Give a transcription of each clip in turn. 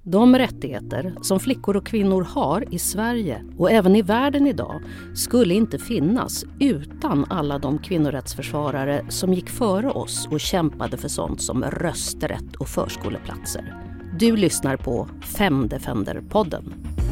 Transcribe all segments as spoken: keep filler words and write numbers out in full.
De rättigheter som flickor och kvinnor har i Sverige och även i världen idag skulle inte finnas utan alla de kvinnorättsförsvarare som gick före oss och kämpade för sånt som rösträtt och förskoleplatser. Du lyssnar på Femdefender-podden.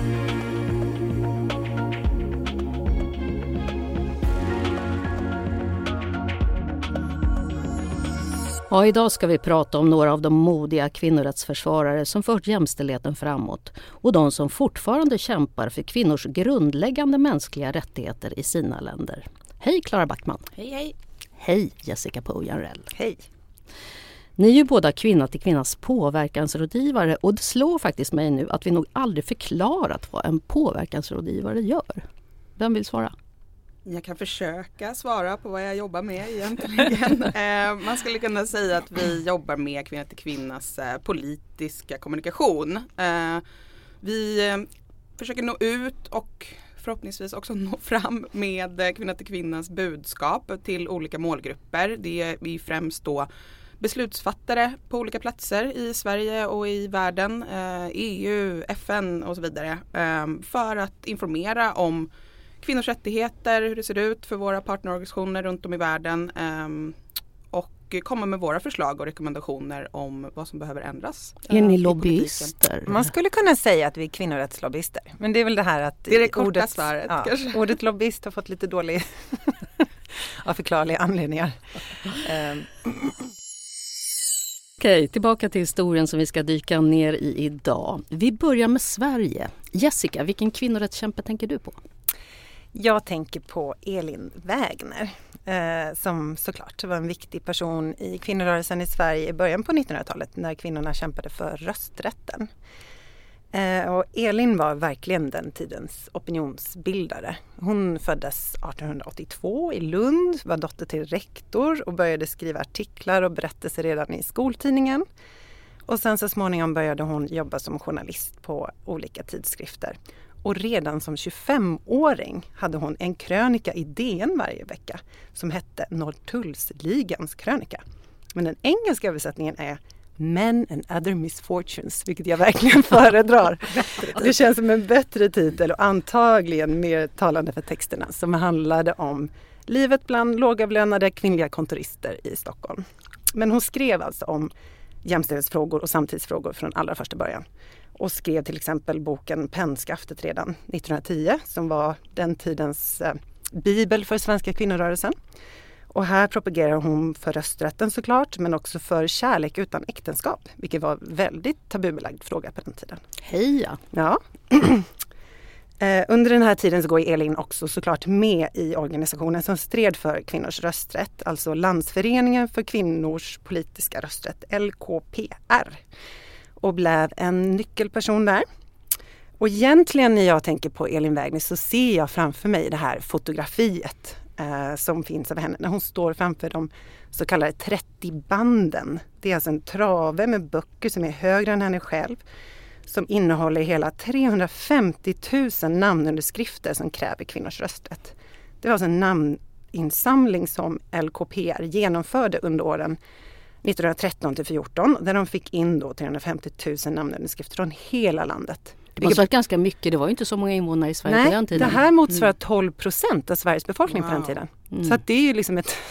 Ja, idag ska vi prata om några av de modiga kvinnorättsförsvarare som fört jämställdheten framåt och de som fortfarande kämpar för kvinnors grundläggande mänskliga rättigheter i sina länder. Hej Clara Backman. Hej hej. Hej Jessica Pojanrell. Hej. Ni är ju båda kvinna till kvinnas påverkansrådgivare och det slår faktiskt mig nu att vi nog aldrig förklarat vad en påverkansrådgivare gör. Vem vill svara? Jag kan försöka svara på vad jag jobbar med egentligen. eh, man skulle kunna säga att vi jobbar med kvinna till kvinnas eh, politiska kommunikation. Eh, vi eh, försöker nå ut och förhoppningsvis också nå fram med eh, kvinna till kvinnas budskap till olika målgrupper. Det är vi främst då beslutsfattare på olika platser i Sverige och i världen, eh, E U, F N och så vidare. Eh, för att informera om kvinnors rättigheter, hur det ser ut för våra partnerorganisationer runt om i världen um, och komma med våra förslag och rekommendationer om vad som behöver ändras. Är ni lobbyister? Man skulle kunna säga att vi är kvinnorättslobbyister. Men det är väl det här att det är det korta ordet, svaret, ja, kanske. Ordet lobbyist har fått lite dålig av förklarliga anledningar. um. Okej, tillbaka till historien som vi ska dyka ner i idag. Vi börjar med Sverige. Jessica, vilken kvinnorättskämpe tänker du på? Jag tänker på Elin Wägner eh, som såklart var en viktig person i kvinnorörelsen i Sverige i början på nittonhundratalet när kvinnorna kämpade för rösträtten. Eh, och Elin var verkligen den tidens opinionsbildare. Hon föddes arton åttiotvå i Lund, var dotter till rektor och började skriva artiklar och berättelser redan i skoltidningen. Och sen så småningom började hon jobba som journalist på olika tidskrifter. Och redan som tjugofemåring hade hon en krönika i D N varje vecka som hette Norrtullsligans krönika. Men den engelska översättningen är Men and other misfortunes, vilket jag verkligen föredrar. Det känns som en bättre titel och antagligen mer talande för texterna som handlade om livet bland lågavlönade kvinnliga kontorister i Stockholm. Men hon skrev alltså om jämställdhetsfrågor och samtidsfrågor från allra första början. Och skrev till exempel boken Pennskaftet redan nittonhundratio som var den tidens eh, bibel för svenska kvinnorörelsen. Och här propagerar hon för rösträtten såklart men också för kärlek utan äktenskap. Vilket var väldigt tabubelagd fråga på den tiden. Heja! Ja. eh, under den här tiden så går Elin också såklart med i organisationen som stred för kvinnors rösträtt. Alltså Landsföreningen för kvinnors politiska rösträtt, L K P R. Och blev en nyckelperson där. Och egentligen när jag tänker på Elin Wägner så ser jag framför mig det här fotografiet eh, som finns av henne. När hon står framför de så kallade trettio banden. Det är alltså en trave med böcker som är högre än henne själv. Som innehåller hela trehundrafemtio tusen namnunderskrifter som kräver kvinnors rösträtt. Det var alltså en namninsamling som L K P R genomförde under åren nittonhundratretton till fjorton där de fick in då trehundrafemtio tusen namnunderskrifter från hela landet. Det var ganska mycket, det var ju inte så många invånare i Sverige Nej, på den tiden. Det här motsvarar mm. tolv procent av Sveriges befolkning wow. på den tiden. Mm. Så att det är ju liksom ett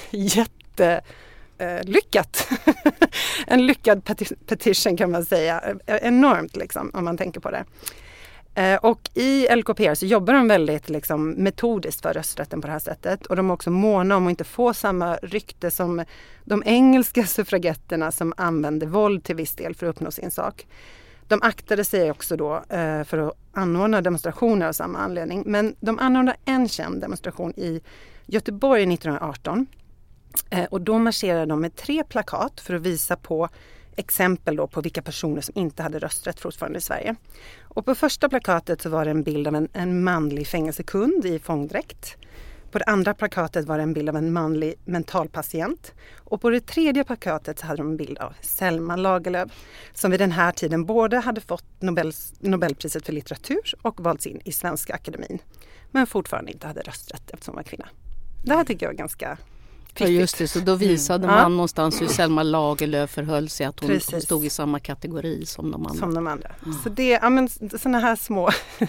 jättelyckat, eh, en lyckad peti- petition kan man säga. Enormt liksom om man tänker på det. Eh, och i L K P R så jobbar de väldigt liksom, metodiskt för rösträtten på det här sättet. Och de är också måna om att inte få samma rykte som de engelska suffragetterna som använde våld till viss del för att uppnå sin sak. De aktade sig också då eh, för att anordna demonstrationer av samma anledning. Men de anordnade en känd demonstration i Göteborg nittonhundraarton. Eh, och då marscherade de med tre plakat för att visa på exempel då på vilka personer som inte hade rösträtt fortfarande i Sverige. Och på första plakatet så var det en bild av en, en manlig fängelsekund i fångdräkt. På det andra plakatet var det en bild av en manlig mentalpatient. Och på det tredje plakatet så hade de en bild av Selma Lagerlöf som vid den här tiden både hade fått Nobels, Nobelpriset för litteratur och valts in i Svenska akademin. Men fortfarande inte hade rösträtt eftersom hon var kvinna. Det här tycker jag är ganska Ja, just det, så då visade mm. man ja. någonstans hur Selma Lagerlöf förhöll sig, att hon Precis. stod i samma kategori som de andra. Som de andra. Mm. Så det, ja men sådana här små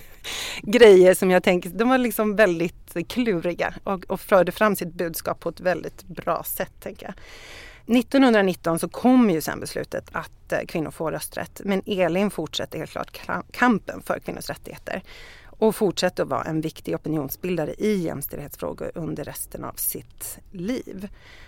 grejer som jag tänker, de var liksom väldigt kluriga och, och förde fram sitt budskap på ett väldigt bra sätt, tänker jag. nittonhundranitton så kom ju sen beslutet att kvinnor får rösträtt, men Elin fortsätter helt klart kampen för kvinnors rättigheter och fortsätter att vara en viktig opinionsbildare i jämställdhetsfrågor under resten av sitt liv.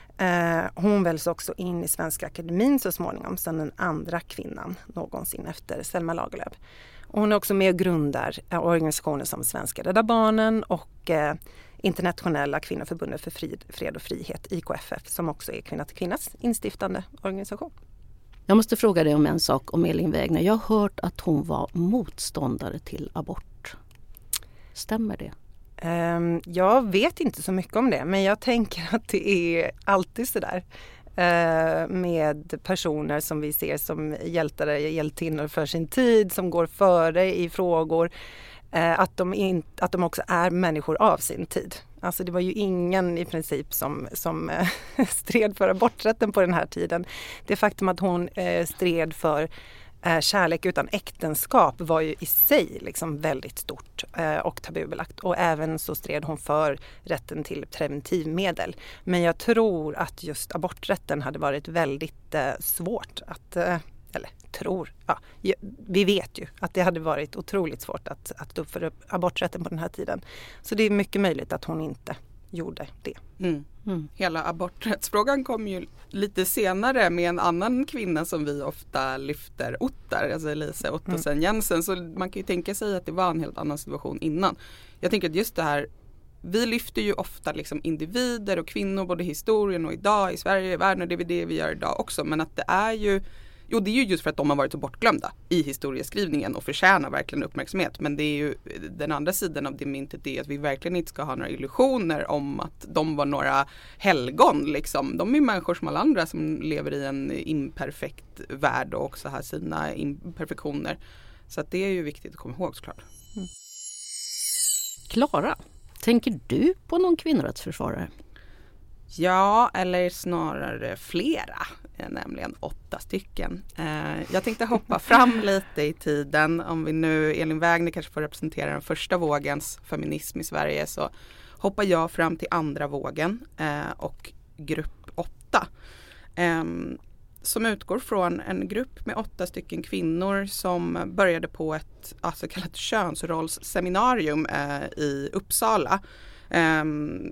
Hon väljs också in i Svenska akademin så småningom som den andra kvinnan någonsin efter Selma Lagerlöf. Och hon är också med och grundar organisationer som Svenska Rädda Barnen och Internationella kvinnoförbundet för fred, fred och frihet, I K F F, som också är Kvinna till kvinnas instiftande organisation. Jag måste fråga dig om en sak om Elin Wägner. Jag har hört att hon var motståndare till abort. Stämmer det? Um, jag vet inte så mycket om det, men jag tänker att det är alltid sådär. Uh, med personer som vi ser som hjältar, hjältinnor för sin tid, som går före i frågor. Att de, in, att de också är människor av sin tid. Alltså det var ju ingen i princip som, som eh, stred för aborträtten på den här tiden. Det faktum att hon eh, stred för eh, kärlek utan äktenskap var ju i sig liksom väldigt stort eh, och tabubelagt. Och även så stred hon för rätten till preventivmedel. Men jag tror att just aborträtten hade varit väldigt eh, svårt att... Eh, eller tror, ja, vi vet ju att det hade varit otroligt svårt att, att stå upp för aborträtten på den här tiden. Så det är mycket möjligt att hon inte gjorde det. Mm. Mm. Hela aborträttsfrågan kom ju lite senare med en annan kvinna som vi ofta lyfter, Ottar, alltså Elise Ottesen mm. Jensen. Så man kan ju tänka sig att det var en helt annan situation innan. Jag tänker att just det här, vi lyfter ju ofta liksom individer och kvinnor både i historien och idag i Sverige, i världen, och det är det vi gör idag också. Men att det är ju Jo, det är ju just för att de har varit så bortglömda i historieskrivningen och förtjänar verkligen uppmärksamhet. Men det är ju den andra sidan av det myntet, är att vi verkligen inte ska ha några illusioner om att de var några helgon. Liksom. De är människor som alla andra som lever i en imperfekt värld och också har sina imperfektioner. Så att det är ju viktigt att komma ihåg såklart. Klara, mm. tänker du på någon kvinnorättsförsvarare? Ja, eller snarare flera. Nämligen åtta stycken. Eh, jag tänkte hoppa fram lite i tiden. Om vi nu, Elin Wägner kanske får representera den första vågens feminism i Sverige, så hoppar jag fram till andra vågen eh, och grupp åtta. Eh, som utgår från en grupp med åtta stycken kvinnor som började på ett alltså kallat könsrollsseminarium eh, i Uppsala. Eh,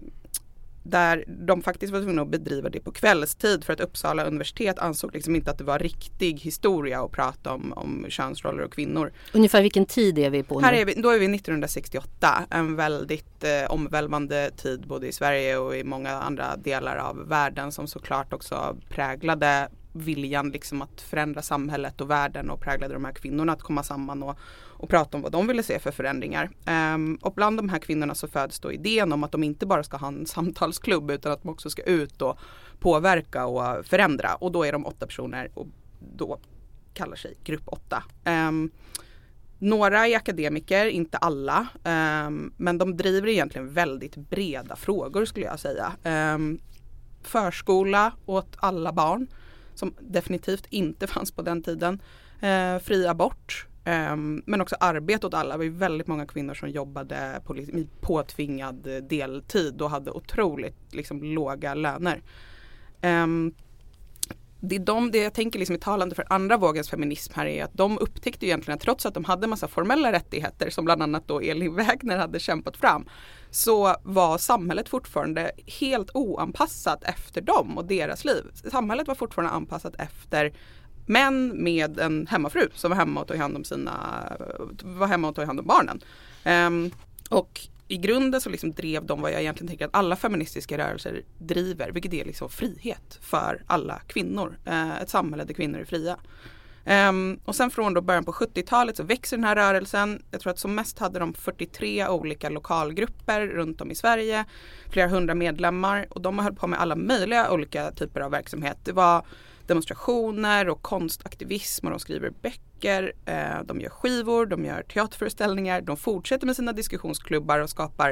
där de faktiskt var tvungna att bedriva det på kvällstid för att Uppsala universitet ansåg liksom inte att det var riktig historia att prata om, om könsroller och kvinnor. Ungefär vilken tid är vi på nu? Här är vi, då är vi nittonhundrasextioåtta, en väldigt eh, omvälvande tid både i Sverige och i många andra delar av världen som såklart också präglade viljan liksom att förändra samhället och världen och präglade de här kvinnorna att komma samman och, och prata om vad de ville se för förändringar. Um, och bland de här kvinnorna så föds då idén om att de inte bara ska ha en samtalsklubb utan att de också ska ut och påverka och förändra. Och då är de åtta personer och då kallar sig grupp åtta. Um, några är akademiker, inte alla. Um, men de driver egentligen väldigt breda frågor skulle jag säga. Um, förskola åt alla barn. Som definitivt inte fanns på den tiden. Eh, fri abort. Eh, men också arbete åt alla. Det var ju väldigt många kvinnor som jobbade på liksom, påtvingad deltid och hade otroligt liksom, låga löner. Eh, det, är de, det jag tänker liksom, i talande för andra vågens feminism här är att de upptäckte egentligen att trots att de hade massa formella rättigheter som bland annat då Elin Wägner hade kämpat fram, så var samhället fortfarande helt oanpassat efter dem och deras liv. Samhället var fortfarande anpassat efter män med en hemmafru som var hemma och tog hand om sina var hemma och tog hand om barnen. Um, och i grunden så liksom drev de vad jag egentligen tänker att alla feministiska rörelser driver, vilket är liksom frihet för alla kvinnor. Uh, ett samhälle där kvinnor är fria. Um, och sen från då början på sjuttiotalet så växer den här rörelsen. Jag tror att som mest hade de fyrtiotre olika lokalgrupper runt om i Sverige. Flera hundra medlemmar och de höll på med alla möjliga olika typer av verksamhet. Det var demonstrationer och konstaktivism och de skriver böcker, eh, de gör skivor, de gör teaterföreställningar, de fortsätter med sina diskussionsklubbar och skapar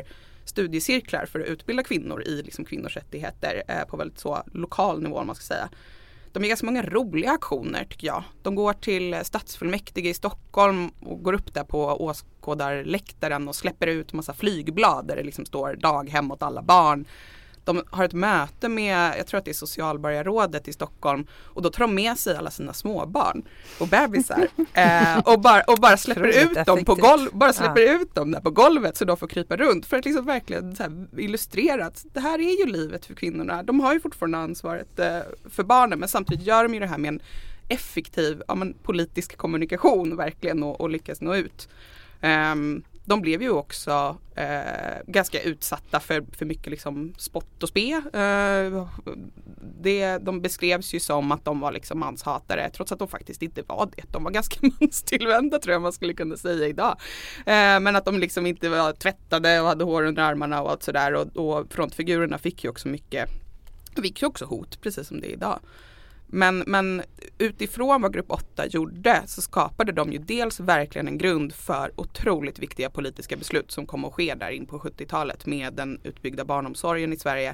studiecirklar för att utbilda kvinnor i liksom kvinnors rättigheter eh, på väldigt så lokal nivå, om man ska säga. De är ganska många roliga aktioner tycker jag. De går till stadsfullmäktige i Stockholm och går upp där på åskådarläktaren och släpper ut en massa flygblad där det liksom står daghem åt alla barn. De har ett möte med, jag tror att det är socialborgarrådet i Stockholm, och då tar de med sig alla sina småbarn och bebisar eh, och, bara, och bara släpper ut dem på golv, bara släpper ja. ut dem där på golvet så de får krypa runt för att liksom verkligen så här illustrera att det här är ju livet för kvinnorna. De har ju fortfarande ansvaret eh, för barnen, men samtidigt gör de ju det här med en effektiv ja, men, politisk kommunikation verkligen och, och lyckas nå ut. Um, De blev ju också eh, ganska utsatta för, för mycket liksom spott och spe. Eh, det, de beskrevs ju som att de var liksom manshatare, trots att de faktiskt inte var det. De var ganska manstillvända, tror jag man skulle kunna säga idag. Eh, men att de liksom inte var tvättade och hade hår under armarna och allt sådär. Och, och frontfigurerna fick ju också mycket, fick ju också hot, precis som det är idag. Men, men utifrån vad grupp åtta gjorde så skapade de ju dels verkligen en grund för otroligt viktiga politiska beslut som kommer att ske där in på sjuttiotalet med den utbyggda barnomsorgen i Sverige.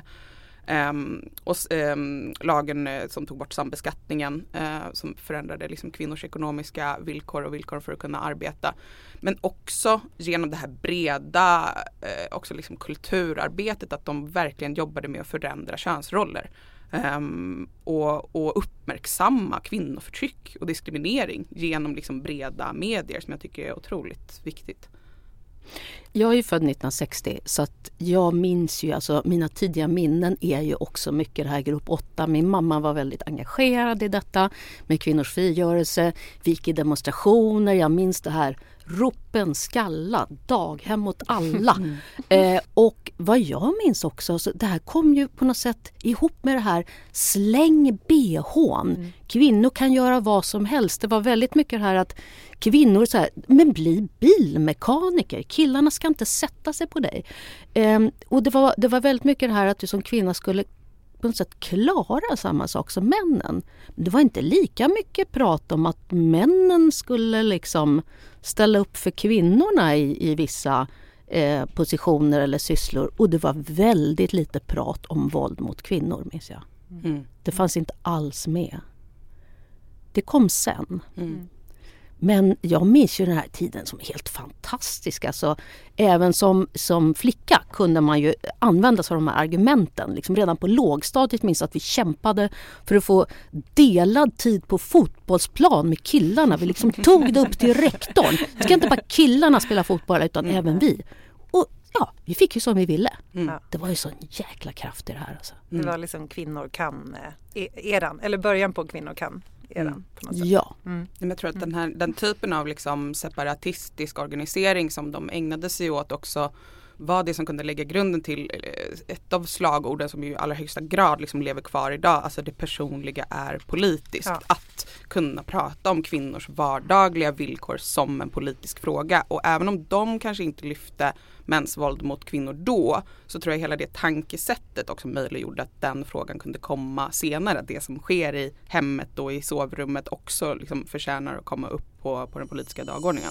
Um, och um, lagen uh, som tog bort sambeskattningen uh, som förändrade liksom kvinnors ekonomiska villkor och villkor för att kunna arbeta. Men också genom det här breda uh, också liksom kulturarbetet, att de verkligen jobbade med att förändra könsroller. Um, och, och uppmärksamma kvinnoförtryck och diskriminering genom liksom breda medier, som jag tycker är otroligt viktigt. Jag är ju född nittonhundrasextio, så att jag minns ju, alltså mina tidiga minnen är ju också mycket det här grupp åtta. Min mamma var väldigt engagerad i detta med kvinnors frigörelse. Vi gick i demonstrationer, jag minns det här ropen skalla, daghem åt alla. Mm. Eh, och vad jag minns också, så det här kom ju på något sätt ihop med det här släng B H:n. Mm. Kvinnor kan göra vad som helst. Det var väldigt mycket det här att kvinnor så här, men bli bilmekaniker. Killarna ska inte sätta sig på dig. Eh, och det var, det var väldigt mycket det här att du som kvinna skulle på något sätt klara samma sak som männen. Det var inte lika mycket prat om att männen skulle liksom ställa upp för kvinnorna i, i vissa eh, positioner eller sysslor. Och det var väldigt lite prat om våld mot kvinnor, minns jag. Mm. Det fanns inte alls med. Det kom sen. Mm. Men jag minns ju den här tiden som helt fantastisk. Alltså, även som, som flicka kunde man ju använda sig av de här argumenten. Liksom redan på lågstadiet minns att vi kämpade för att få delad tid på fotbollsplan med killarna. Vi liksom tog det upp till rektorn. Det ska inte bara killarna spela fotboll utan mm. även vi. Och ja, vi fick ju som vi ville. Mm. Det var ju så en jäkla kraft i det här. Alltså. Mm. Det var liksom kvinnor kan eran, eller början på kvinnor kan. Mm. Ja. Mm. Jag tror att den, här, den typen av liksom separatistisk organisering som de ägnade sig åt också var det som kunde lägga grunden till ett av slagorden som i allra högsta grad liksom lever kvar idag. Alltså det personliga är politiskt. Ja. Att kunna prata om kvinnors vardagliga villkor som en politisk fråga. Och även om de kanske inte lyfte mäns våld mot kvinnor då, så tror jag hela det tankesättet också möjliggjorde att den frågan kunde komma senare. Att det som sker i hemmet och i sovrummet också liksom förtjänar att komma upp på, på den politiska dagordningen.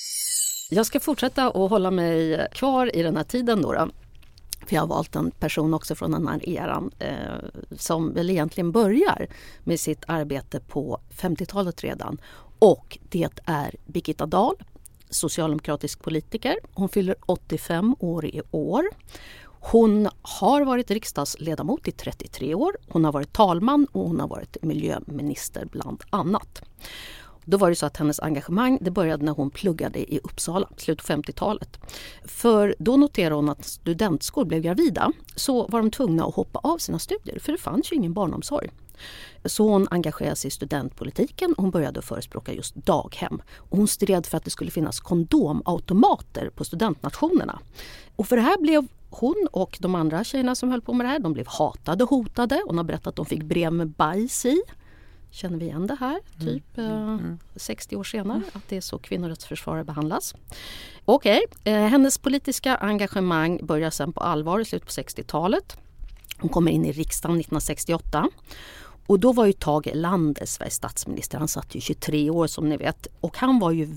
Jag ska fortsätta att hålla mig kvar i den här tiden då. då. För jag har valt en person också från den här eran eh, som väl egentligen börjar med sitt arbete på femtiotalet redan. Och det är Birgitta Dahl, socialdemokratisk politiker. Hon fyller åttiofem år i år. Hon har varit riksdagsledamot i trettiotre år. Hon har varit talman och hon har varit miljöminister bland annat. Då var det så att hennes engagemang det började när hon pluggade i Uppsala, slutet på femtiotalet. För då noterade hon att studentskor blev gravida, så var de tvungna att hoppa av sina studier för det fanns ju ingen barnomsorg. Så hon engagerade sig i studentpolitiken och hon började förespråka just daghem. Och hon stred för att det skulle finnas kondomautomater på studentnationerna. Och för det här blev hon och de andra tjejerna som höll på med det här, de blev hatade och hotade. Hon har berättat att de fick brev med bajs i. Känner vi igen det här, typ mm. Mm. Eh, sextio år senare, mm. att det är så kvinnorättsförsvarare behandlas. Okej, okay. eh, hennes politiska engagemang börjar sen på allvar i slutet på sextiotalet. Hon kommer in i riksdagen nittonhundrasextioåtta. Och då var ju Tage Erlander Sveriges statsminister. Han satt ju tjugotre år som ni vet. Och han var ju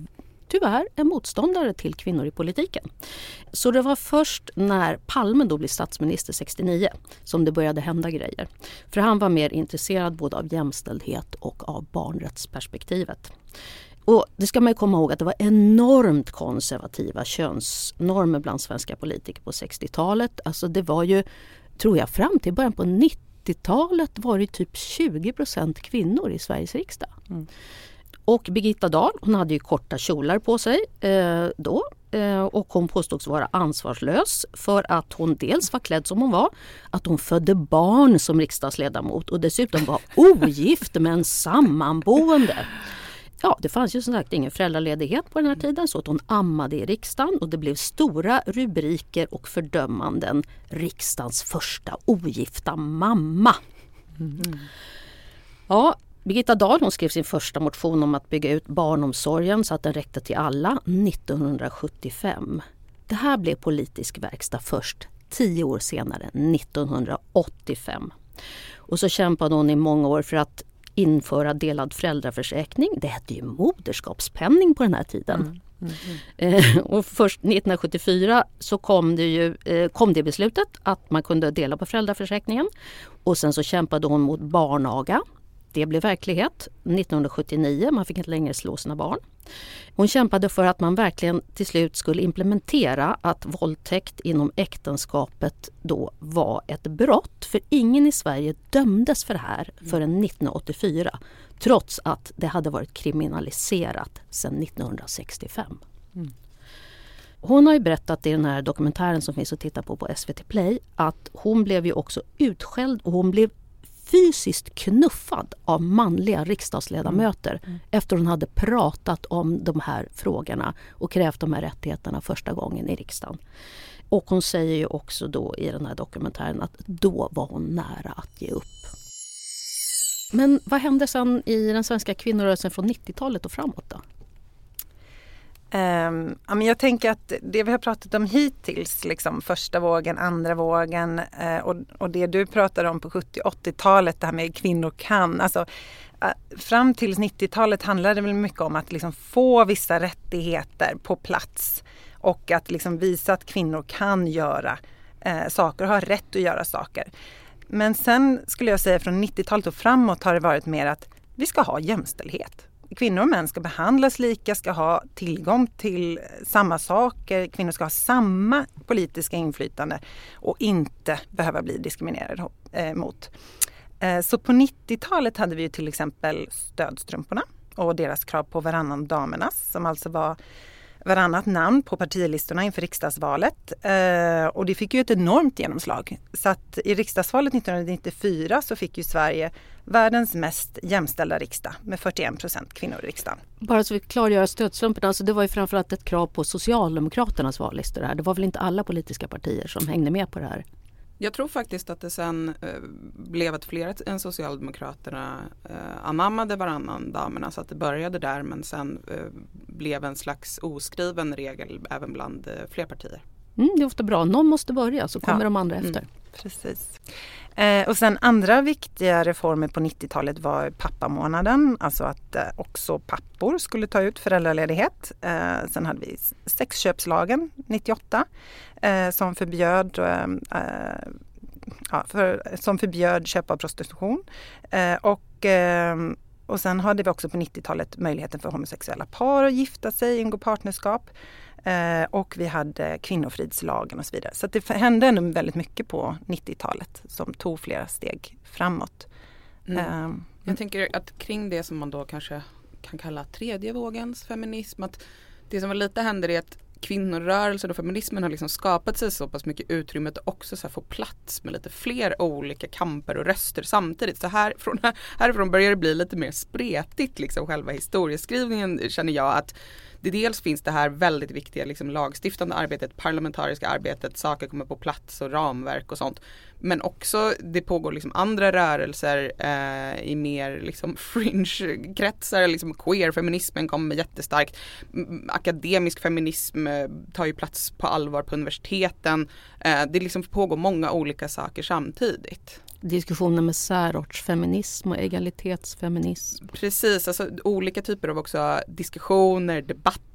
tyvärr en motståndare till kvinnor i politiken. Så det var först när Palme då blev statsminister sextionio som det började hända grejer. För han var mer intresserad både av jämställdhet och av barnrättsperspektivet. Och det ska man ju komma ihåg att det var enormt konservativa könsnormer bland svenska politiker på sextiotalet. Alltså det var ju, tror jag, fram till början på nittiotalet var det typ tjugo procent kvinnor i Sveriges riksdag. Mm. Och Birgitta Dahl, hon hade ju korta kjolar på sig eh, då eh, och hon påstods vara ansvarslös för att hon dels var klädd som hon var, att hon födde barn som riksdagsledamot och dessutom var ogift med en sammanboende. Ja, det fanns ju som sagt ingen föräldraledighet på den här tiden så att hon ammade i riksdagen och det blev stora rubriker och fördömanden. Riksdagens första ogifta mamma. Mm. Ja, Birgitta Dahl hon skrev sin första motion om att bygga ut barnomsorgen så att den räckte till alla nittonhundrasjuttiofem. Det här blev politisk verkstad först tio år senare, nittonhundraåttiofem. Och så kämpade hon i många år för att införa delad föräldraförsäkring. Det hette ju moderskapspenning på den här tiden. Mm, mm, mm. Eh, och först nittonhundrasjuttiofyra så kom det ju eh, kom det beslutet att man kunde dela på föräldraförsäkringen. Och sen så kämpade hon mot barnaga. Det blev verklighet nittonhundrasjuttionio. Man fick inte längre slå sina barn. Hon kämpade för att man verkligen till slut skulle implementera att våldtäkt inom äktenskapet då var ett brott. För ingen i Sverige dömdes för det här förrän nittonhundraåttiofyra. Trots att det hade varit kriminaliserat sedan nittonhundrasextiofem. Mm. Hon har ju berättat i den här dokumentären som finns att titta på på S V T Play att hon blev ju också utskälld och hon blev fysiskt knuffad av manliga riksdagsledamöter mm. Mm. efter hon hade pratat om de här frågorna och krävt de här rättigheterna första gången i riksdagen. Och hon säger ju också då i den här dokumentären att då var hon nära att ge upp. Men vad hände sen i den svenska kvinnorörelsen från nittiotalet och framåt då? Um, ja, men jag tänker att det vi har pratat om hittills, liksom första vågen, andra vågen uh, och, och det du pratar om på sjuttio- och åttiotalet, det här med kvinnor kan, alltså uh, fram till nittiotalet handlade det väl mycket om att liksom få vissa rättigheter på plats och att liksom visa att kvinnor kan göra uh, saker och har rätt att göra saker. Men sen skulle jag säga från nittiotalet och framåt har det varit mer att vi ska ha jämställdhet. Kvinnor och män ska behandlas lika, ska ha tillgång till samma saker. Kvinnor ska ha samma politiska inflytande och inte behöva bli diskriminerade eh, mot. Eh, så på nittiotalet hade vi ju till exempel stödstrumporna och deras krav på varannan damernas, som alltså var varannat namn på partilistorna inför riksdagsvalet. Eh, och det fick ju ett enormt genomslag. Så att i riksdagsvalet nittonhundranittiofyra så fick ju Sverige världens mest jämställda riksdag med fyrtioen procent kvinnor i riksdagen. Bara så vi klargör stödstrumporna, alltså det var ju framförallt ett krav på Socialdemokraternas vallistor här. Det var väl inte alla politiska partier som hängde med på det här? Jag tror faktiskt att det sen eh, blev att fler än Socialdemokraterna eh, anammade varannan damerna, så att det började där men sen eh, blev en slags oskriven regel även bland eh, fler partier. Mm, det är ofta bra. Någon måste börja så kommer ja. de andra efter. Mm. Precis. Eh, och sen andra viktiga reformer på nittiotalet var pappamånaden, alltså att eh, också pappor skulle ta ut föräldraledighet. Eh, sen hade vi sexköpslagen nittioåtta eh, som förbjöd eh, ja, för, som förbjöd köp av prostitution. Eh, och, eh, och sen hade vi också på nittiotalet möjligheten för homosexuella par att gifta sig, ingå partnerskap. Eh, och vi hade kvinnofridslagen och så vidare. Så det hände ändå väldigt mycket på nittiotalet som tog flera steg framåt. Mm. Eh, Jag tänker att kring det som man då kanske kan kalla tredje vågens feminism, att det som var lite händer är att kvinnorörelsen och feminismen har liksom skapat sig så pass mycket utrymme att också så här få plats med lite fler olika kamper och röster samtidigt. Så här, från, härifrån börjar det bli lite mer spretigt liksom själva historieskrivningen, känner jag, att det dels finns det här väldigt viktiga liksom lagstiftande arbetet, parlamentariska arbetet, saker kommer på plats och ramverk och sånt. Men också det pågår liksom andra rörelser eh, i mer liksom fringe-kretsar, liksom queer-feminismen kommer jättestarkt. Akademisk feminism eh, tar ju plats på allvar på universiteten. Eh, det liksom pågår många olika saker samtidigt. Diskussioner med särortsfeminism och egalitetsfeminism. Precis, alltså olika typer av också diskussioner, debatter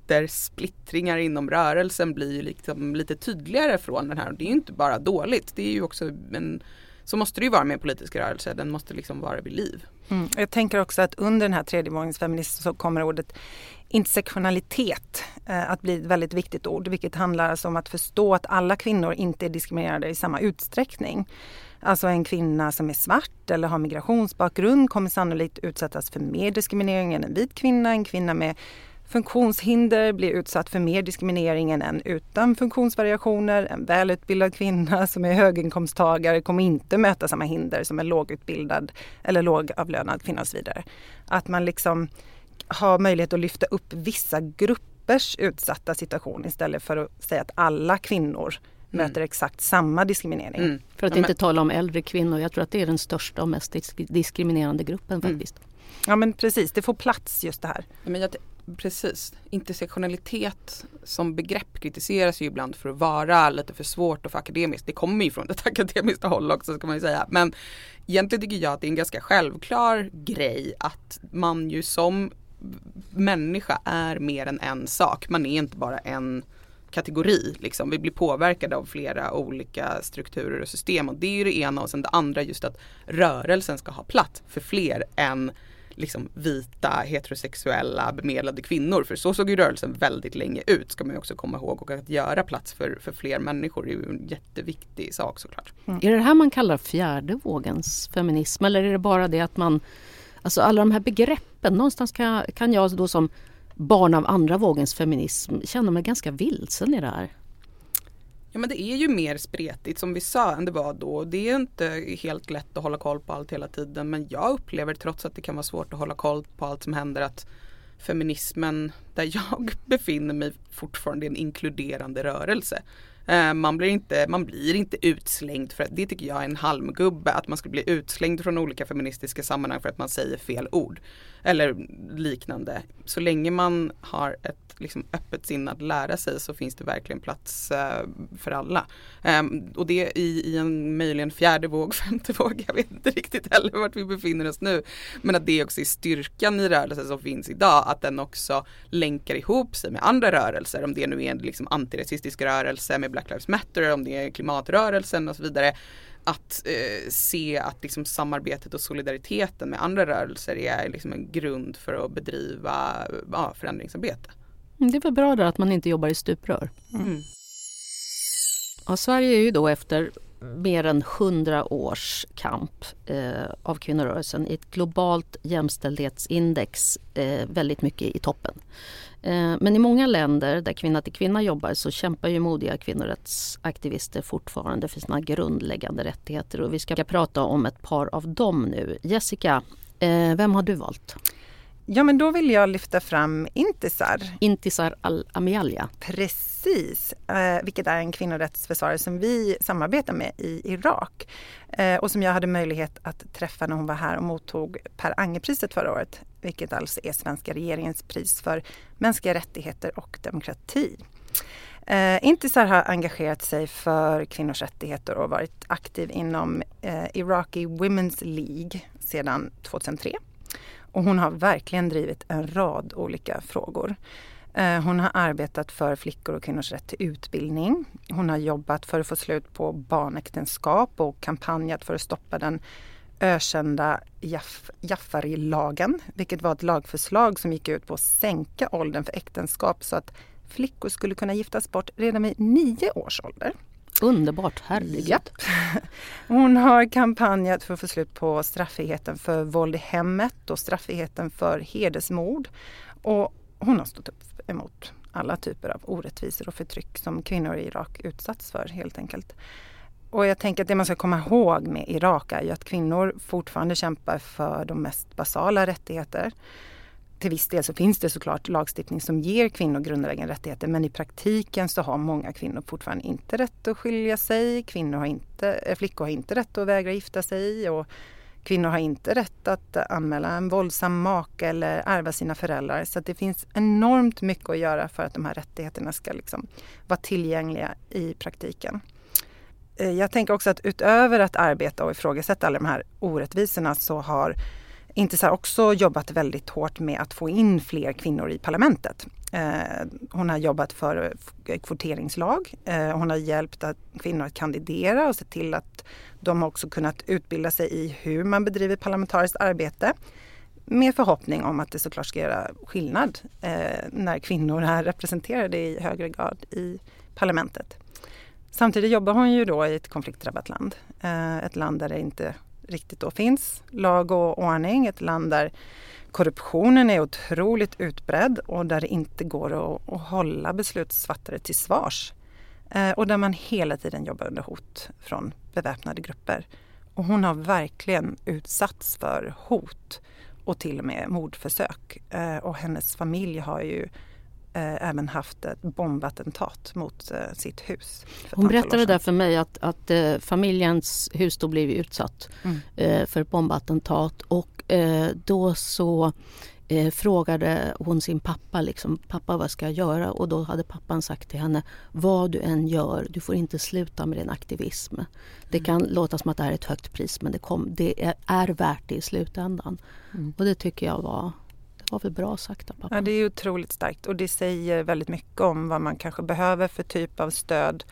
konflikter, splittringar inom rörelsen blir ju liksom lite tydligare från den här. Det är ju inte bara dåligt, det är ju också en, så måste det ju vara med en politisk rörelse, den måste liksom vara vid liv. Mm. Jag tänker också att under den här tredje vågens feminism så kommer ordet intersektionalitet eh, att bli ett väldigt viktigt ord, vilket handlar alltså om att förstå att alla kvinnor inte är diskriminerade i samma utsträckning. Alltså en kvinna som är svart eller har migrationsbakgrund kommer sannolikt utsättas för mer diskriminering än en vit kvinna. En kvinna med funktionshinder blir utsatt för mer diskriminering än en utan funktionsvariationer. En välutbildad kvinna som är höginkomsttagare kommer inte möta samma hinder som en lågutbildad eller lågavlönad kvinna och så vidare. Att man liksom har möjlighet att lyfta upp vissa gruppers utsatta situation istället för att säga att alla kvinnor Mm. möter exakt samma diskriminering. Mm. För att ja, inte men... tala om äldre kvinnor. Jag tror att det är den största och mest disk- diskriminerande gruppen faktiskt. Mm. Ja men precis, det får plats just det här. Ja, men jag, precis. Intersektionalitet som begrepp kritiseras ju ibland för att vara lite för svårt och för akademiskt. Det kommer ju från ett akademiskt håll också ska man ju säga. Men egentligen tycker jag att det är en ganska självklar grej att man ju som människa är mer än en sak. Man är inte bara en kategori. Liksom. Vi blir påverkade av flera olika strukturer och system och det är ju det ena och sen det andra just att rörelsen ska ha plats för fler än liksom, vita, heterosexuella, bemedlade kvinnor. För så såg ju rörelsen väldigt länge ut ska man ju också komma ihåg och att göra plats för, för fler människor är ju en jätteviktig sak såklart. Mm. Är det här man kallar fjärde vågens feminism eller är det bara det att man, alltså alla de här begreppen, någonstans kan, kan jag då som barn av andra vågens feminism känner mig ganska vilsen i det här. Ja men det är ju mer spretigt som vi sa än det var då. Det är inte helt lätt att hålla koll på allt hela tiden men jag upplever trots att det kan vara svårt att hålla koll på allt som händer att feminismen där jag befinner mig fortfarande är en inkluderande rörelse. Man blir, inte, man blir inte utslängd för att det tycker jag är en halmgubbe att man ska bli utslängd från olika feministiska sammanhang för att man säger fel ord eller liknande. Så länge man har ett liksom, öppet sinne att lära sig så finns det verkligen plats uh, för alla. Um, och det i, i en möjligen fjärde våg, femte våg, jag vet inte riktigt heller vart vi befinner oss nu. Men att det också är styrkan i rörelsen som finns idag, att den också länkar ihop sig med andra rörelser. Om det nu är en liksom, antirasistisk rörelse med Black Lives Matter, om det är klimatrörelsen och så vidare. Att eh, se att liksom, samarbetet och solidariteten med andra rörelser är liksom, en grund för att bedriva ja, förändringsarbete. Det är väl bra där att man inte jobbar i stuprör. Mm. Ja, Sverige är ju då efter mer än hundra års kamp eh, av kvinnorörelsen i ett globalt jämställdhetsindex eh, väldigt mycket i toppen. Eh, men i många länder där kvinna till kvinna jobbar så kämpar ju modiga kvinnorättsaktivister fortfarande för sina grundläggande rättigheter och vi ska prata om ett par av dem nu. Jessica, eh, vem har du valt? Ja men då vill jag lyfta fram Intisar. Intisar al-Amialia. Precis, eh, vilket är en kvinnorättsförsvarare som vi samarbetar med i Irak. Eh, och som jag hade möjlighet att träffa när hon var här och mottog Per Anger-priset förra året. Vilket alltså är svenska regeringens pris för mänskliga rättigheter och demokrati. Eh, Intisar har engagerat sig för kvinnors rättigheter och varit aktiv inom eh, Iraqi Women's League sedan tjugohundratre. Och hon har verkligen drivit en rad olika frågor. Hon har arbetat för flickor och kvinnors rätt till utbildning. Hon har jobbat för att få slut på barnäktenskap och kampanjat för att stoppa den ökända Jaff- Jaffari-lagen. Vilket var ett lagförslag som gick ut på att sänka åldern för äktenskap så att flickor skulle kunna giftas bort redan vid nio års ålder. Underbart, herregud. Japp. Hon har kampanjat för att få slut på straffriheten för våld i hemmet och straffriheten för hedersmord. Och hon har stått upp emot alla typer av orättvisor och förtryck som kvinnor i Irak utsatts för helt enkelt. Och jag tänker att det man ska komma ihåg med Irak är ju att kvinnor fortfarande kämpar för de mest basala rättigheter. Till viss del så finns det såklart lagstiftning som ger kvinnor grundläggande rättigheter men i praktiken så har många kvinnor fortfarande inte rätt att skilja sig. Kvinnor har inte, flickor har inte rätt att vägra gifta sig och kvinnor har inte rätt att anmäla en våldsam make eller ärva sina föräldrar. Så att det finns enormt mycket att göra för att de här rättigheterna ska liksom vara tillgängliga i praktiken. Jag tänker också att utöver att arbeta och ifrågasätta alla de här orättvisorna så har Intisar har också jobbat väldigt hårt med att få in fler kvinnor i parlamentet. Eh, hon har jobbat för kvoteringslag. Eh, hon har hjälpt att kvinnor att kandidera och se till att de också kunnat utbilda sig i hur man bedriver parlamentariskt arbete. Med förhoppning om att det såklart ska göra skillnad eh, när kvinnor är representerade i högre grad i parlamentet. Samtidigt jobbar hon ju då i ett konfliktdrabbat land. Eh, ett land där det inte riktigt då finns lag och ordning. Ett land där korruptionen är otroligt utbredd och där det inte går att, att hålla beslutsfattare till svars. Eh, och där man hela tiden jobbar under hot från beväpnade grupper. Och hon har verkligen utsatts för hot och till och med mordförsök. Eh, och hennes familj har ju eh, även haft ett bombattentat mot eh, sitt hus. Hon berättade där för mig att, att eh, familjens hus då blev utsatt mm. eh, för ett bombattentat. Och eh, då så eh, frågade hon sin pappa, liksom, pappa vad ska jag göra? Och då hade pappan sagt till henne, vad du än gör, du får inte sluta med din aktivism. Mm. Det kan låta som att det här är ett högt pris, men det, kom, det är, är värt det i slutändan. Mm. Och det tycker jag var, det var väl bra sagt av pappa. Ja, det är otroligt starkt och det säger väldigt mycket om vad man kanske behöver för typ av stöd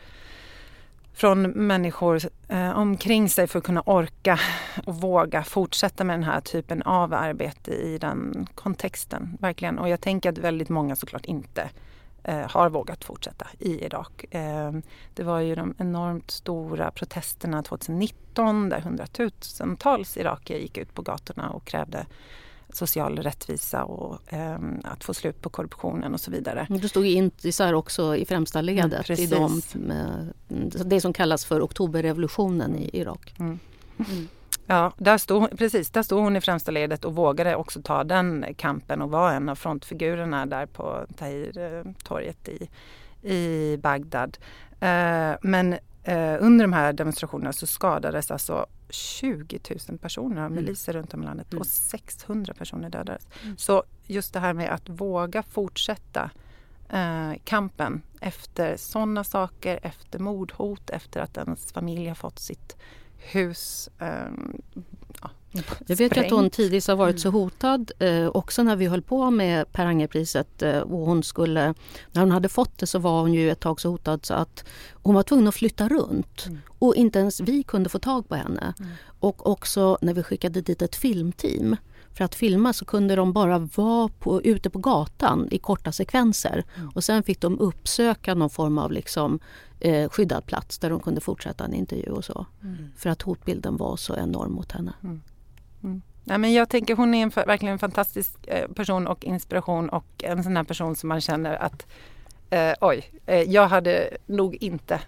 från människor eh, omkring sig för att kunna orka och våga fortsätta med den här typen av arbete i den kontexten. Verkligen. Och jag tänker att väldigt många såklart inte eh, har vågat fortsätta i Irak. Eh, det var ju de enormt stora protesterna tjugonitton där hundratusentals irakier gick ut på gatorna och krävde social rättvisa och eh, att få slut på korruptionen och så vidare. Du stod Intisar också i främsta ledet mm, i de, med, det som kallas för oktoberrevolutionen i Irak. Mm. Mm. Ja, där stod, precis, där stod hon i främsta ledet och vågade också ta den kampen och var en av frontfigurerna där på Tahrir-torget i, i Bagdad. Eh, men eh, under de här demonstrationerna så skadades alltså tjugo tusen personer av miliser mm. runt om i landet och sexhundra personer dödades. Mm. Så just det här med att våga fortsätta eh, kampen efter sådana saker, efter mordhot, efter att ens familj har fått sitt hus eh, ja, jag vet ju att hon tidigt har varit så hotad eh, också när vi höll på med Per Anger-priset eh, och hon skulle, när hon hade fått det så var hon ju ett tag så hotad så att hon var tvungen att flytta runt mm. och inte ens vi kunde få tag på henne. Mm. Och också när vi skickade dit ett filmteam för att filma så kunde de bara vara på, ute på gatan i korta sekvenser mm. och sen fick de uppsöka någon form av liksom, eh, skyddad plats där de kunde fortsätta en intervju och så. Mm. För att hotbilden var så enorm mot henne. Mm. Mm. Ja, men jag tänker hon är en, verkligen en fantastisk eh, person och inspiration och en sån här person som man känner att eh, oj, eh, jag hade nog inte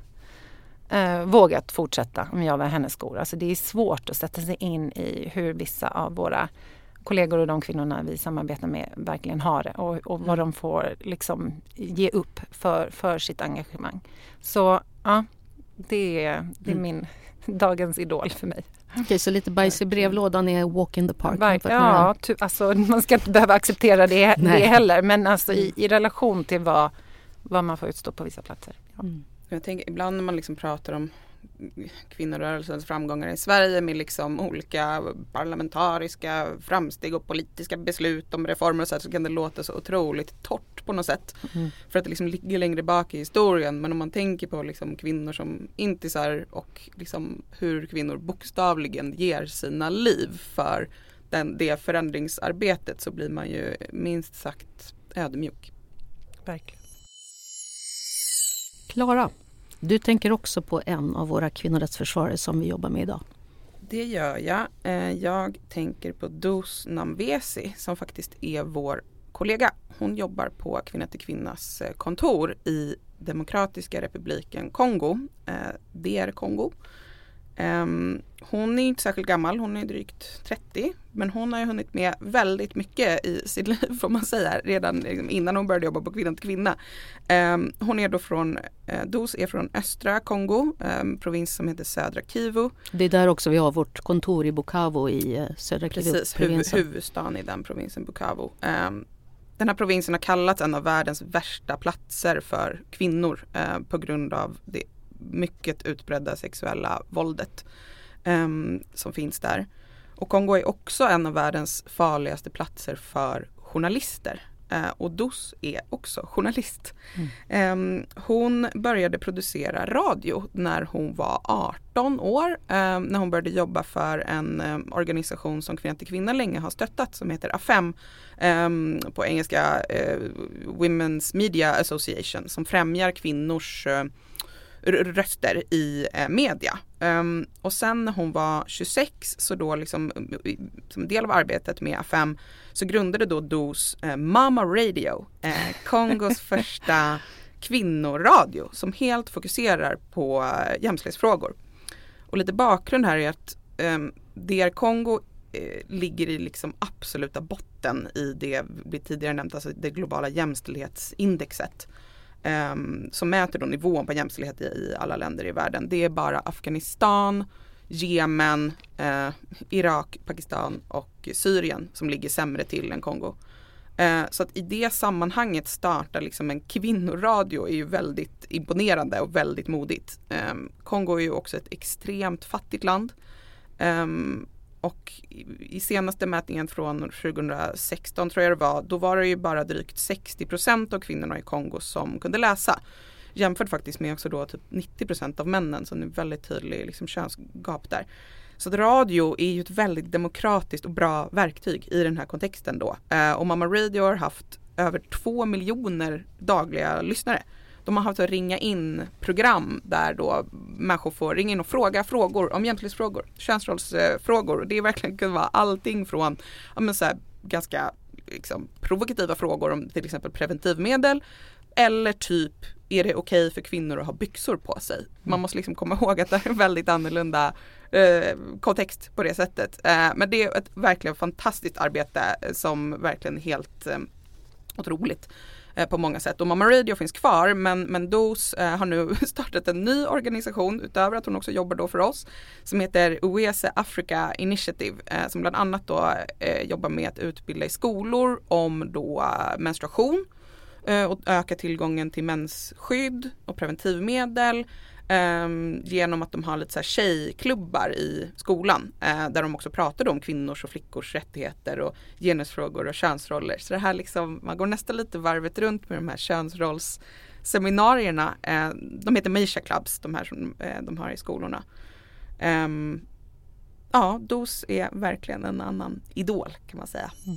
eh, vågat fortsätta om jag var hennes skor. Alltså det är svårt att sätta sig in i hur vissa av våra kollegor och de kvinnorna vi samarbetar med verkligen har det och, och vad de får liksom ge upp för, för sitt engagemang. Så ja, det är, det är mm. min dagens idol för mig. Okej, så lite bajs i brevlådan är walk in the park. Verk, ja, ty, alltså, man ska inte behöva acceptera det, det heller. Men alltså, i, i relation till vad, vad man får utstå på vissa platser. Ja. Mm. Jag tänker, ibland när man liksom pratar om kvinnorörelsens framgångar i Sverige med liksom olika parlamentariska framsteg och politiska beslut om reformer och så, här, så kan det låta så otroligt torrt på något sätt. Mm. För att det liksom ligger längre bak i historien. Men om man tänker på liksom kvinnor som Intisar och liksom hur kvinnor bokstavligen ger sina liv för den, det förändringsarbetet så blir man ju minst sagt ödmjuk. Verkligen. Klara, du tänker också på en av våra kvinnorättsförsvarare som vi jobbar med idag. Det gör jag. Jag tänker på Dus Namvesi som faktiskt är vår kollega. Hon jobbar på Kvinna till kvinnas kontor i Demokratiska republiken Kongo, D R Kongo. Hon är inte särskilt gammal, hon är drygt trettio, men hon har ju hunnit med väldigt mycket i sitt liv får man säga, redan innan hon började jobba på Kvinna till kvinna. Hon är då från, Dus är från östra Kongo, provins som heter södra Kivu. Det är där också vi har vårt kontor i Bukavu i södra Kivu. Precis, huv- huvudstaden i den provinsen Bukavu. Den här provinsen har kallats en av världens värsta platser för kvinnor på grund av det mycket utbredda sexuella våldet um, som finns där. Och Kongo är också en av världens farligaste platser för journalister. Uh, och Dos är också journalist. Mm. Um, hon började producera radio när hon var arton år. Um, när hon började jobba för en um, organisation som Kvinna till Kvinna länge har stöttat som heter A F E M. Um, på engelska uh, Women's Media Association som främjar kvinnors uh, röster i eh, media. Um, och sen när hon var tjugosex så då liksom som del av arbetet med A F E M så grundade då Dos eh, Mama Radio, eh, Kongos första kvinnoradio som helt fokuserar på eh, jämställdhetsfrågor. Och lite bakgrund här är att eh, D R Kongo eh, ligger i liksom absoluta botten i det vi tidigare nämnt, alltså det globala jämställdhetsindexet. Um, som mäter då nivån på jämställdhet i, i alla länder i världen. Det är bara Afghanistan, Jemen, eh, Irak, Pakistan och Syrien som ligger sämre till än Kongo. Eh, så att i det sammanhanget startar liksom en kvinnoradio är ju väldigt imponerande och väldigt modigt. Eh, Kongo är ju också ett extremt fattigt land. Eh, Och i senaste mätningen från tjugohundrasexton tror jag det var, då var det ju bara drygt sextio procent av kvinnorna i Kongo som kunde läsa. Jämfört faktiskt med också då typ nittio procent av männen, så det är en väldigt tydlig liksom könsgap där. Så att radio är ju ett väldigt demokratiskt och bra verktyg i den här kontexten då. Eh, och Mama Radio har haft över två miljoner dagliga lyssnare. De har haft att ringa in program där då människor får ringa in och fråga frågor om jämställdhetsfrågor, könsrollsfrågor. Det är verkligen kan vara allting från ja, men så här, ganska liksom, provokativa frågor om till exempel preventivmedel eller typ är det okej för kvinnor att ha byxor på sig? Man måste liksom komma ihåg att det är en väldigt annorlunda eh, kontext på det sättet. Eh, men det är ett verkligen fantastiskt arbete som verkligen är helt eh, otroligt på många sätt. Och Mama Radio finns kvar men, men Dos eh, har nu startat en ny organisation utöver att hon också jobbar då för oss som heter Uwese Africa Initiative eh, som bland annat då eh, jobbar med att utbilda i skolor om då eh, menstruation eh, och öka tillgången till mensskydd och preventivmedel eh, genom att de har lite så här tjejklubbar i skolan eh, där de också pratar om kvinnors och flickors rättigheter och genusfrågor och könsroller. Så det här liksom, man går nästan lite varvet runt med de här könsrollsseminarierna. Eh, de heter Meisha Clubs, de här som eh, de har i skolorna. Eh, ja, Dos är verkligen en annan idol kan man säga. Mm.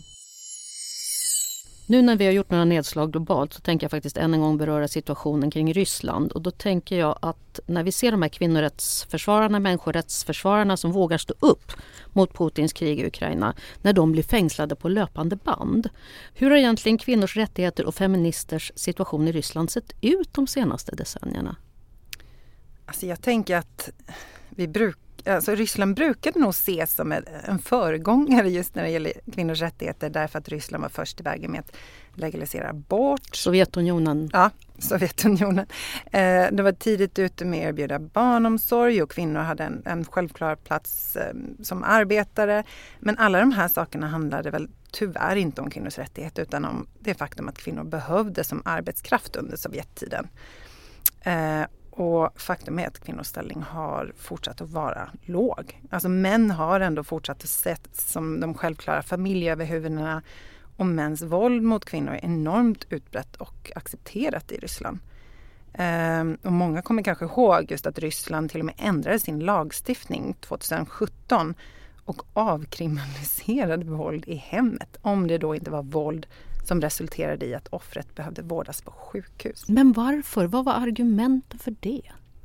Nu när vi har gjort några nedslag globalt så tänker jag faktiskt än en gång beröra situationen kring Ryssland. Och då tänker jag att när vi ser de här kvinnorättsförsvararna, människorättsförsvararna som vågar stå upp mot Putins krig i Ukraina, när de blir fängslade på löpande band. Hur har egentligen kvinnors rättigheter och feministers situation i Ryssland sett ut de senaste decennierna? Alltså jag tänker att vi brukar Alltså Ryssland brukade nog ses som en föregångare just när det gäller kvinnors rättigheter därför att Ryssland var först i vägen med att legalisera abort. Sovjetunionen. Ja, Sovjetunionen. Eh, det var tidigt ute med att erbjuda barnomsorg och kvinnor hade en, en självklar plats eh, som arbetare. Men alla de här sakerna handlade väl tyvärr inte om kvinnors rättigheter utan om det faktum att kvinnor behövdes som arbetskraft under Sovjettiden. Eh, Och faktum är att kvinnors ställning har fortsatt att vara låg. Alltså män har ändå fortsatt att sett som de självklara familjeöverhuvudena och mäns våld mot kvinnor är enormt utbrett och accepterat i Ryssland. Ehm, och många kommer kanske ihåg just att Ryssland till och med ändrade sin lagstiftning tjugohundrasjutton och avkriminaliserade våld i hemmet om det då inte var våld som resulterade i att offret behövde vårdas på sjukhus. Men varför? Vad var argumenten för det?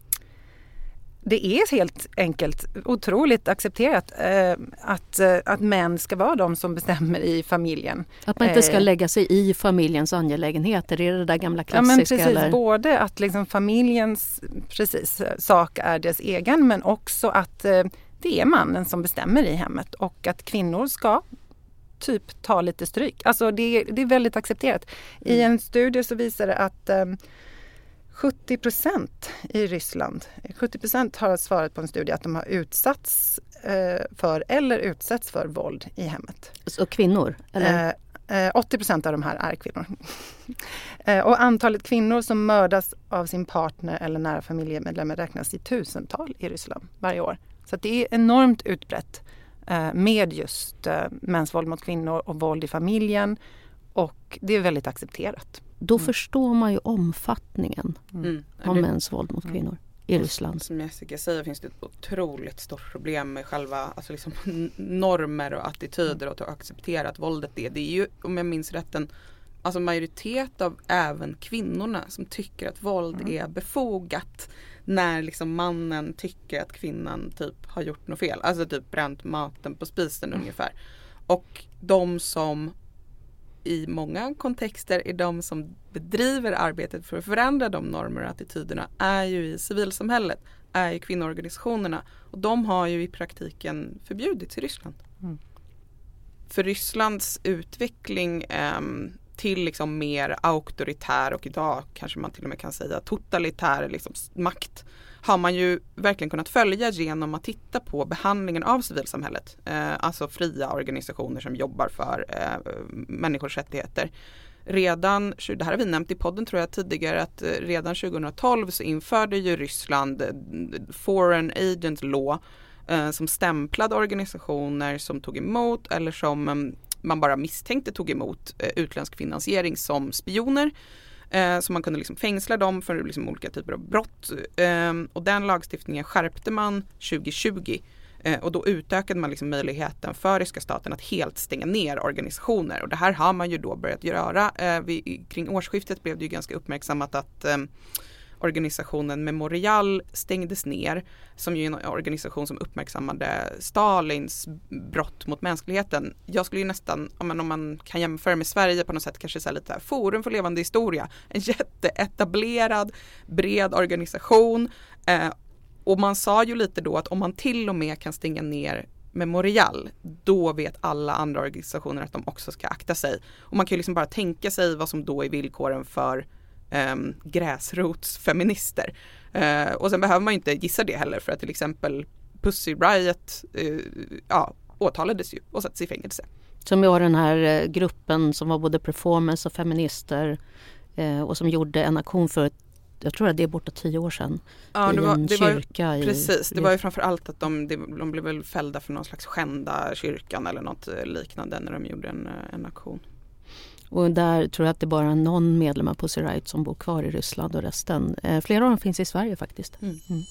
Det är helt enkelt otroligt accepterat eh, att, eh, att män ska vara de som bestämmer i familjen. Att man inte ska lägga sig i familjens angelägenheter, är det där gamla klassiska? Ja, men precis, eller? Både att liksom familjens precis, sak är dess egen men också att eh, det är mannen som bestämmer i hemmet och att kvinnor ska typ ta lite stryk. Alltså det, det är väldigt accepterat. Mm. I en studie så visar det att um, sjuttio procent i Ryssland, sjuttio procent har svarat på en studie att de har utsatts uh, för eller utsätts för våld i hemmet. Så kvinnor? Eller? Uh, uh, åttio procent av de här är kvinnor. uh, och antalet kvinnor som mördas av sin partner eller nära familjemedlemmar räknas i tusental i Ryssland varje år. Så att det är enormt utbrett. eh, med just eh, mäns våld mot kvinnor och våld i familjen. Och det är väldigt accepterat. Då Mm. förstår man ju omfattningen Mm. av mäns våld mot kvinnor i Ryssland. Som Jessica säger finns det ett otroligt stort problem med själva alltså liksom, normer och attityder och att acceptera att våldet är. Det är ju, om jag minns rätt, en alltså majoritet av även kvinnorna som tycker att våld mm. är befogat när liksom mannen tycker att kvinnan typ har gjort något fel. Alltså typ bränt maten på spisen mm. ungefär. Och de som i många kontexter är de som bedriver arbetet för att förändra de normer och attityderna är ju i civilsamhället, är ju kvinnoorganisationerna. Och de har ju i praktiken förbjudits i Ryssland. Mm. För Rysslands utveckling eh, till liksom mer auktoritär och idag kanske man till och med kan säga totalitär liksom, makt har man ju verkligen kunnat följa genom att titta på behandlingen av civilsamhället. Eh, alltså fria organisationer som jobbar för eh, människors rättigheter. Redan, det här har vi nämnt i podden tror jag tidigare, att redan tjugohundratolv så införde ju Ryssland Foreign Agent Law eh, som stämplade organisationer som tog emot eller som eh, man bara misstänkte tog emot eh, utländsk finansiering som spioner. Eh, så man kunde liksom fängsla dem för liksom olika typer av brott. Eh, och den lagstiftningen skärpte man tjugohundratjugo. Eh, och då utökade man liksom möjligheten för ryska staten att helt stänga ner organisationer. Och det här har man ju då börjat göra. Eh, vid, kring årsskiftet blev det ju ganska uppmärksammat att eh, organisationen Memorial stängdes ner. Som ju är en organisation som uppmärksammade Stalins brott mot mänskligheten. Jag skulle ju nästan, om man, om man kan jämföra med Sverige på något sätt, kanske säga lite här, Forum för levande historia. En jätteetablerad, bred organisation. Eh, och man sa ju lite då att om man till och med kan stänga ner Memorial, då vet alla andra organisationer att de också ska akta sig. Och man kan ju liksom bara tänka sig vad som då är villkoren för Um, gräsrotsfeminister. Uh, och sen behöver man ju inte gissa det heller för att till exempel Pussy Riot uh, ja, åtalades ju och sattes i fängelse. Som jag har den här gruppen som var både performance och feminister uh, och som gjorde en aktion för, jag tror att det är borta tio år sedan. Ja, i det var, en det kyrka. Var, i, precis, det var ju framförallt att de, de blev väl fällda för någon slags skända kyrkan eller något liknande när de gjorde en, en aktion. Och där tror jag att det bara är någon medlem av Pussy Riot som bor kvar i Ryssland och resten. Eh, flera av dem finns i Sverige faktiskt. Mm. Mm.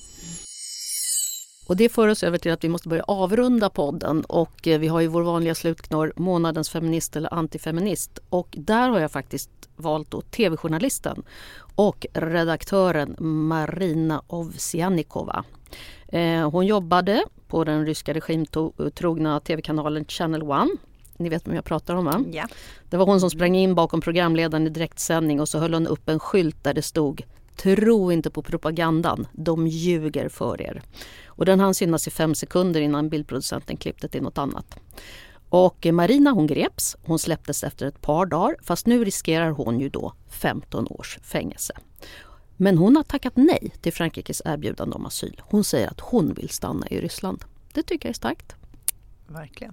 Och det för oss över till att vi måste börja avrunda podden. Och eh, vi har ju vår vanliga slutknorr, månadens feminist eller antifeminist. Och där har jag faktiskt valt då tv-journalisten och redaktören Marina Ovsjanikova. Eh, hon jobbade på den ryska regimtrogna tv-kanalen Channel One. Ni vet vem jag pratar om, va? Ja. Det var hon som sprang in bakom programledaren i direktsändning och så höll hon upp en skylt där det stod: tro inte på propagandan, de ljuger för er. Och den hann synas i fem sekunder innan bildproducenten klippte till något annat. Och Marina, hon greps, hon släpptes efter ett par dagar, fast nu riskerar hon ju då femton års fängelse. Men hon har tackat nej till Frankrikes erbjudande om asyl. Hon säger att hon vill stanna i Ryssland. Det tycker jag är starkt. Verkligen.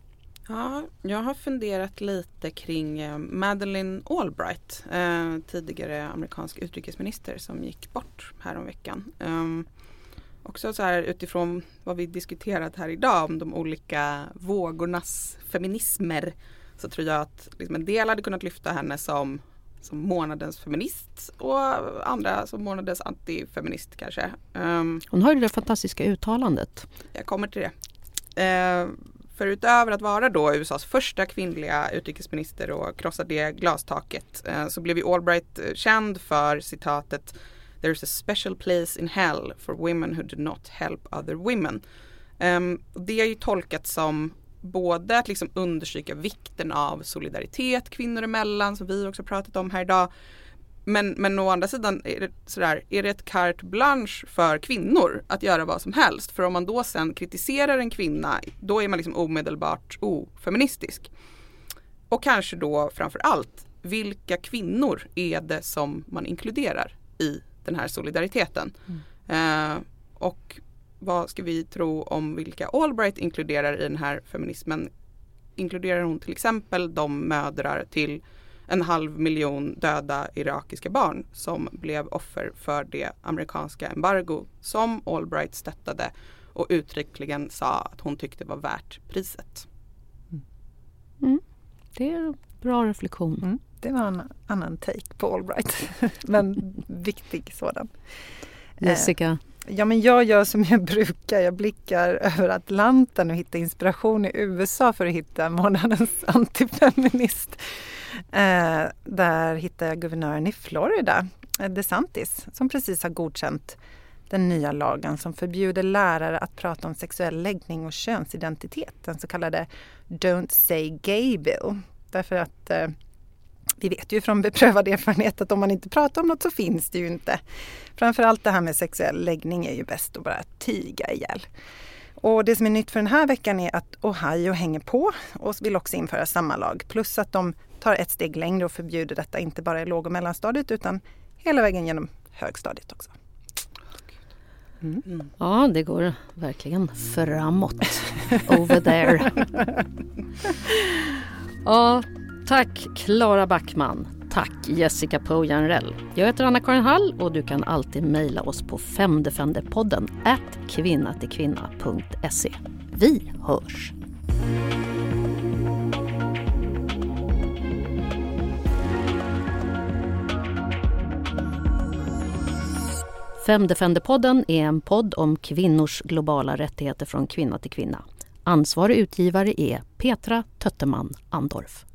Ja, jag har funderat lite kring eh, Madeleine Albright, eh, tidigare amerikansk utrikesminister som gick bort häromveckan. Um, också så här utifrån vad vi diskuterat här idag om de olika vågornas feminismer, så tror jag att liksom, en del hade kunnat lyfta henne som, som månadens feminist och andra som månadens antifeminist kanske. Um, Hon har ju det fantastiska uttalandet. Jag kommer till det. Uh, För utöver att vara då U S As första kvinnliga utrikesminister och krossa det glastaket eh, så blev ju Albright känd för citatet "There's a special place in hell for women who do not help other women". Um, det är ju tolkat som både att liksom understryka vikten av solidaritet kvinnor emellan, som vi också pratat om här idag. Men, men å andra sidan är det, sådär, är det ett carte blanche för kvinnor att göra vad som helst. För om man då sen kritiserar en kvinna, då är man liksom omedelbart ofeministisk. Och kanske då framför allt, vilka kvinnor är det som man inkluderar i den här solidariteten? Mm. Eh, och vad ska vi tro om vilka Albright inkluderar i den här feminismen? Inkluderar hon till exempel de mödrar till en halv miljon döda irakiska barn som blev offer för det amerikanska embargo som Albright stöttade och uttryckligen sa att hon tyckte det var värt priset. Mm. Det är en bra reflektion. Mm. Det var en annan take på Albright, men viktig sådan. Jessica? Ja, men jag gör som jag brukar. Jag blickar över Atlanten och hittar inspiration i U S A för att hitta månadens antifeminist. Eh, där hittar jag guvernören i Florida, DeSantis, som precis har godkänt den nya lagen som förbjuder lärare att prata om sexuell läggning och könsidentitet. Den så kallade Don't Say Gay Bill. Därför att eh, vi vet ju från beprövad erfarenhet att om man inte pratar om något så finns det ju inte. Framförallt det här med sexuell läggning är ju bäst att bara tiga ihjäl. Och det som är nytt för den här veckan är att Ohio hänger på och vill också införa samma lag. Plus att de tar ett steg längre och förbjuder detta inte bara i låg- och mellanstadiet utan hela vägen genom högstadiet också. Mm. Mm. Ja, det går verkligen framåt. Over there. Ja, tack Clara Backman. Tack Jessica Pojanrell. Jag heter Anna-Karin Hall och du kan alltid mejla oss på femdefemdepodden at kvinnatillkvinna punkt se. Vi hörs! Femdefemdepodden är en podd om kvinnors globala rättigheter från kvinna till kvinna. Ansvarig utgivare är Petra Tötterman Andorf.